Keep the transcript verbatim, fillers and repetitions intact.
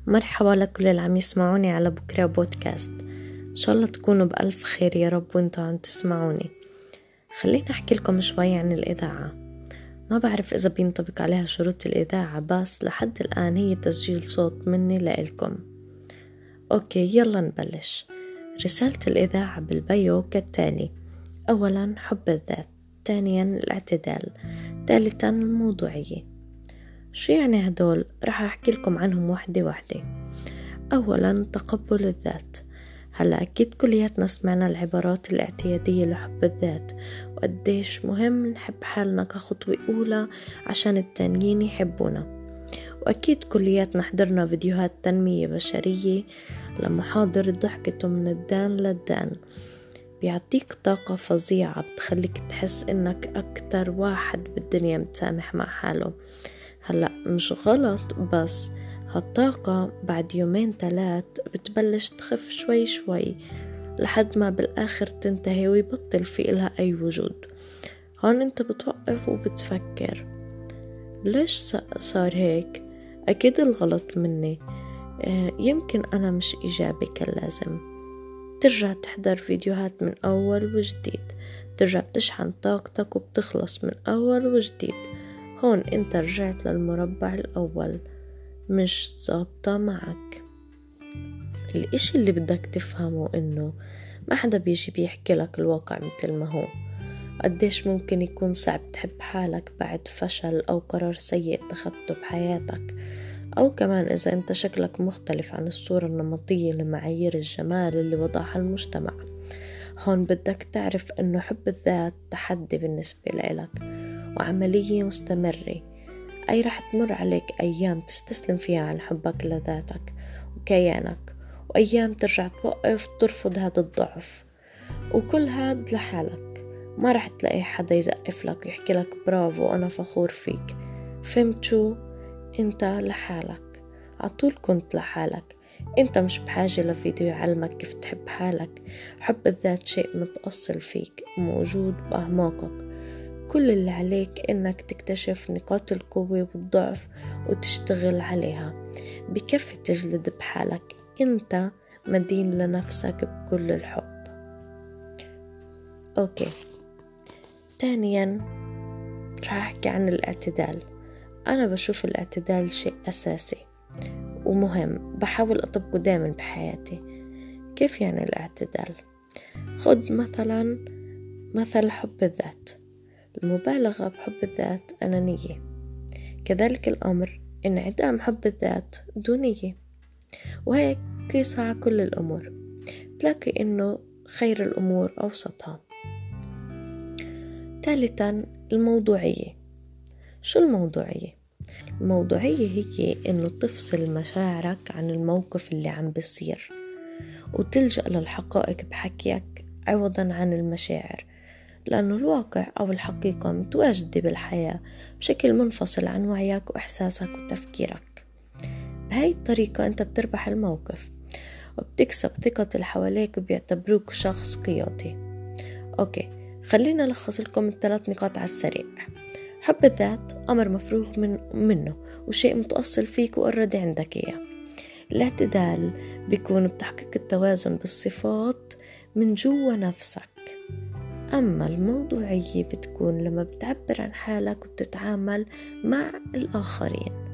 مرحبا لكل اللي عم يسمعوني على بكرة بودكاست. إن شاء الله تكونوا بألف خير يا رب وانتوا عم تسمعوني. خليني أحكي لكم شوي عن الإذاعة. ما بعرف إذا بينطبق عليها شروط الإذاعة، بس لحد الآن هي تسجيل صوت مني لإلكم. أوكي، يلا نبلش. رسالة الإذاعة بالبيو كالتالي: أولا حب الذات، ثانيا الاعتدال، ثالثا الموضوعية. شو يعني هدول؟ رح أحكي لكم عنهم واحدة واحدة. أولا تقبل الذات. هلأ أكيد كلياتنا سمعنا العبارات الاعتيادية لحب الذات، وقديش مهم نحب حالنا كخطوة أولى عشان التانيين يحبونا. وأكيد كلياتنا حضرنا فيديوهات تنمية بشرية لمحاضر ضحكته من الدان للدان، بيعطيك طاقة فظيعة بتخليك تحس إنك أكتر واحد بالدنيا متسامح مع حاله. هلأ مش غلط، بس هالطاقة بعد يومين ثلاث بتبلش تخف شوي شوي لحد ما بالآخر تنتهي ويبطل في إلها أي وجود. هون انت بتوقف وبتفكر ليش صار هيك؟ أكيد الغلط مني، يمكن أنا مش إيجابي كاللازم. ترجع تحضر فيديوهات من أول وجديد، ترجع بتشحن طاقتك وبتخلص من أول وجديد. هون انت رجعت للمربع الأول، مش ظابطة معك. الاشي اللي بدك تفهمه انه ما حدا بيجي بيحكي لك الواقع مثل ما هو. قديش ممكن يكون صعب تحب حالك بعد فشل أو قرار سيء اتخذته بحياتك، أو كمان إذا أنت شكلك مختلف عن الصورة النمطية لمعايير الجمال اللي وضعها المجتمع. هون بدك تعرف أنه حب الذات تحدي بالنسبة لك وعملية مستمرة، أي رح تمر عليك أيام تستسلم فيها عن حبك لذاتك وكيانك، وأيام ترجع توقف ترفض هذا الضعف، وكل هاد لحالك. ما رح تلاقي حدا يزقف لك ويحكي لك برافو أنا فخور فيك. فهمت شو؟ انت لحالك، عطول كنت لحالك. انت مش بحاجة لفيديو يعلمك كيف تحب حالك. حب الذات شيء متأصل فيك، موجود بأعماقك. كل اللي عليك انك تكتشف نقاط القوة والضعف وتشتغل عليها. بكفي تجلد بحالك، انت مدين لنفسك بكل الحب. اوكي، ثانيا رح احكي عن الاعتدال. انا بشوف الاعتدال شيء اساسي ومهم، بحاول اطبقه دائما بحياتي. كيف يعني الاعتدال؟ خد مثلا مثل حب الذات. المبالغة بحب الذات أنانية، كذلك الأمر انعدام حب الذات دونية، وهيك قيس على كل الأمور تلاقي إنه خير الأمور أوسطها. ثالثا الموضوعية. شو الموضوعية؟ الموضوعية هي إنه تفصل مشاعرك عن الموقف اللي عم بيصير وتلجأ للحقائق بحكيك عوضا عن المشاعر، لأنه الواقع أو الحقيقة متواجدة بالحياة بشكل منفصل عن وعيك وإحساسك وتفكيرك. بهاي الطريقة أنت بتربح الموقف وبتكسب ثقة اللي حواليك وبيعتبروك شخص قيادي. أوكي، خلينا نلخص لكم الثلاث نقاط على السريع. حب الذات أمر مفروغ من منه وشيء متأصل فيك وأوريدي عندك إياه. الاعتدال بيكون بتحقيق التوازن بالصفات من جوا نفسك. أما الموضوعية بتكون لما بتعبر عن حالك وبتتعامل مع الآخرين.